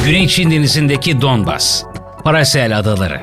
Güney Çin Denizi'ndeki Donbas, Paracel Adaları.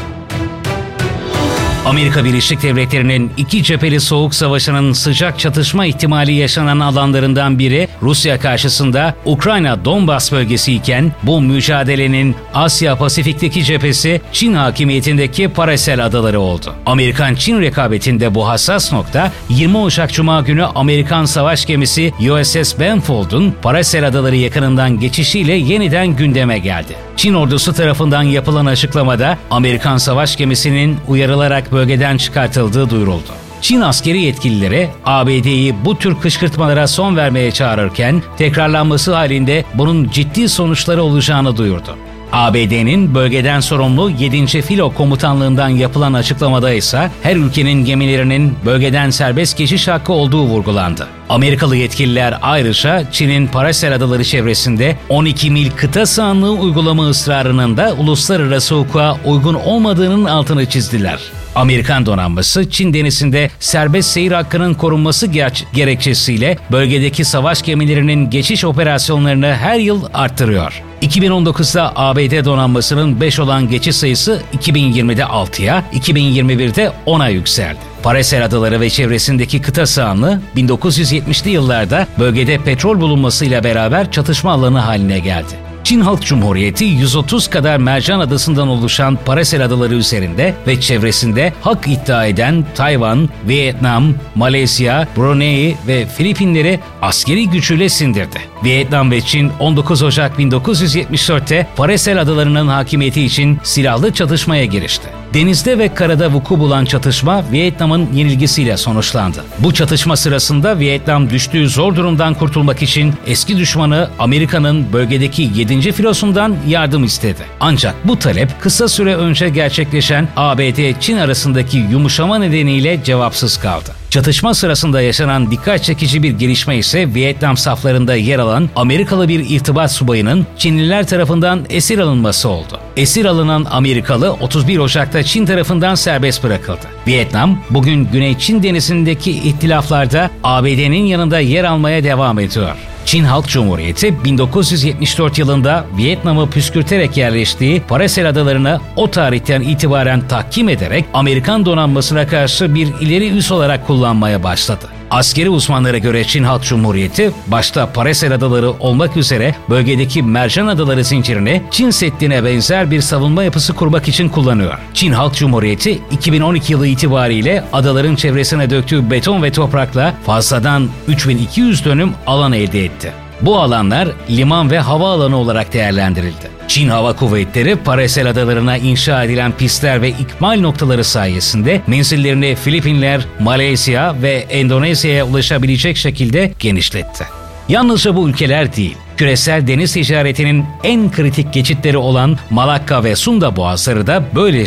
Amerika Birleşik Devletleri'nin iki cepheli soğuk savaşının sıcak çatışma ihtimali yaşanan alanlarından biri Rusya karşısında Ukrayna Donbas bölgesi iken bu mücadelenin Asya Pasifik'teki cephesi Çin hakimiyetindeki Paracel Adaları oldu. Amerikan-Çin rekabetinde bu hassas nokta 20 Ocak Cuma günü Amerikan savaş gemisi USS Benfold'un Paracel Adaları yakınından geçişiyle yeniden gündeme geldi. Çin ordusu tarafından yapılan açıklamada Amerikan savaş gemisinin uyarılarak bölgeden çıkartıldığı duyuruldu. Çin askeri yetkilileri ABD'yi bu tür kışkırtmalara son vermeye çağırırken tekrarlanması halinde bunun ciddi sonuçları olacağını duyurdu. ABD'nin bölgeden sorumlu 7. Filo Komutanlığından yapılan açıklamada ise her ülkenin gemilerinin bölgeden serbest geçiş hakkı olduğu vurgulandı. Amerikalı yetkililer ayrıca Çin'in Paracel Adaları çevresinde 12 mil kıta sahanlığı uygulama ısrarının da uluslararası hukuka uygun olmadığının altını çizdiler. Amerikan donanması Çin denizinde serbest seyir hakkının korunması gerekçesiyle bölgedeki savaş gemilerinin geçiş operasyonlarını her yıl arttırıyor. 2019'da ABD donanmasının 5 olan geçiş sayısı 2020'de 6'ya, 2021'de 10'a yükseldi. Paracel Adaları ve çevresindeki kıta sahanlığı 1970'li yıllarda bölgede petrol bulunmasıyla beraber çatışma alanı haline geldi. Çin Halk Cumhuriyeti 130 kadar mercan adasından oluşan Paracel Adaları üzerinde ve çevresinde hak iddia eden Tayvan, Vietnam, Malezya, Brunei ve Filipinleri askeri gücüyle sindirdi. Vietnam ve Çin 19 Ocak 1974'te Paracel Adaları'nın hakimiyeti için silahlı çatışmaya girişti. Denizde ve karada vuku bulan çatışma Vietnam'ın yenilgisiyle sonuçlandı. Bu çatışma sırasında Vietnam düştüğü zor durumdan kurtulmak için eski düşmanı Amerika'nın bölgedeki 7. filosundan yardım istedi. Ancak bu talep kısa süre önce gerçekleşen ABD-Çin arasındaki yumuşama nedeniyle cevapsız kaldı. Çatışma sırasında yaşanan dikkat çekici bir gelişme ise Vietnam saflarında yer alan Amerikalı bir irtibat subayının Çinliler tarafından esir alınması oldu. Esir alınan Amerikalı 31 Ocak'ta Çin tarafından serbest bırakıldı. Vietnam bugün Güney Çin Denizi'ndeki ihtilaflarda ABD'nin yanında yer almaya devam ediyor. Çin Halk Cumhuriyeti 1974 yılında Vietnam'ı püskürterek yerleştiği Paracel Adaları'nı o tarihten itibaren tahkim ederek Amerikan donanmasına karşı bir ileri üs olarak kullanmaya başladı. Askeri uzmanlara göre Çin Halk Cumhuriyeti başta Paracel Adaları olmak üzere bölgedeki mercan adaları zincirini Çin Seddi'ne benzer bir savunma yapısı kurmak için kullanıyor. Çin Halk Cumhuriyeti 2012 yılı itibariyle adaların çevresine döktüğü beton ve toprakla fazladan 3200 dönüm alan elde etti. Bu alanlar liman ve havaalanı olarak değerlendirildi. Çin Hava Kuvvetleri Paracel Adaları'na inşa edilen pistler ve ikmal noktaları sayesinde menzillerini Filipinler, Malezya ve Endonezya'ya ulaşabilecek şekilde genişletti. Yalnızca bu ülkeler değil, küresel deniz ticaretinin en kritik geçitleri olan Malakka ve Sunda boğazları da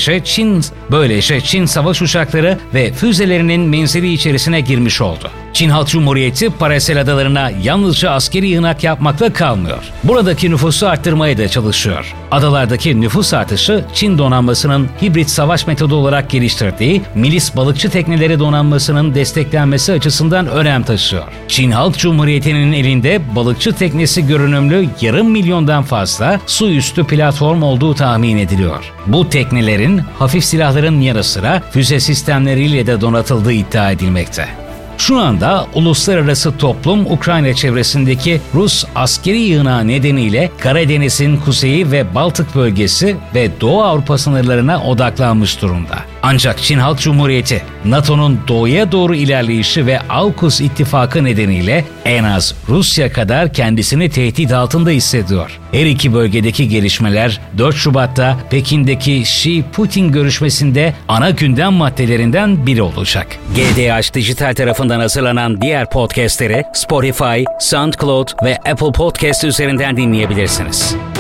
böylece Çin savaş uçakları ve füzelerinin menzili içerisine girmiş oldu. Çin Halk Cumhuriyeti Paracel Adaları'na yalnızca askeri yığınak yapmakla kalmıyor. Buradaki nüfusu arttırmaya da çalışıyor. Adalardaki nüfus artışı Çin donanmasının hibrit savaş metodu olarak geliştirdiği milis balıkçı tekneleri donanmasının desteklenmesi açısından önem taşıyor. Çin Halk Cumhuriyeti'nin elinde balıkçı teknesi görünümlü 500.000'dan fazla su üstü platform olduğu tahmin ediliyor. Bu teknelerin hafif silahların yanı sıra füze sistemleriyle de donatıldığı iddia edilmekte. Şu anda uluslararası toplum Ukrayna çevresindeki Rus askeri yığınağı nedeniyle Karadeniz'in kuzeyi ve Baltık bölgesi ve Doğu Avrupa sınırlarına odaklanmış durumda. Ancak Çin Halk Cumhuriyeti, NATO'nun doğuya doğru ilerleyişi ve AUKUS ittifakı nedeniyle en az Rusya kadar kendisini tehdit altında hissediyor. Her iki bölgedeki gelişmeler 4 Şubat'ta Pekin'deki Xi-Putin görüşmesinde ana gündem maddelerinden biri olacak. GDH Dijital tarafından hazırlanan diğer podcastleri Spotify, SoundCloud ve Apple Podcast üzerinden dinleyebilirsiniz.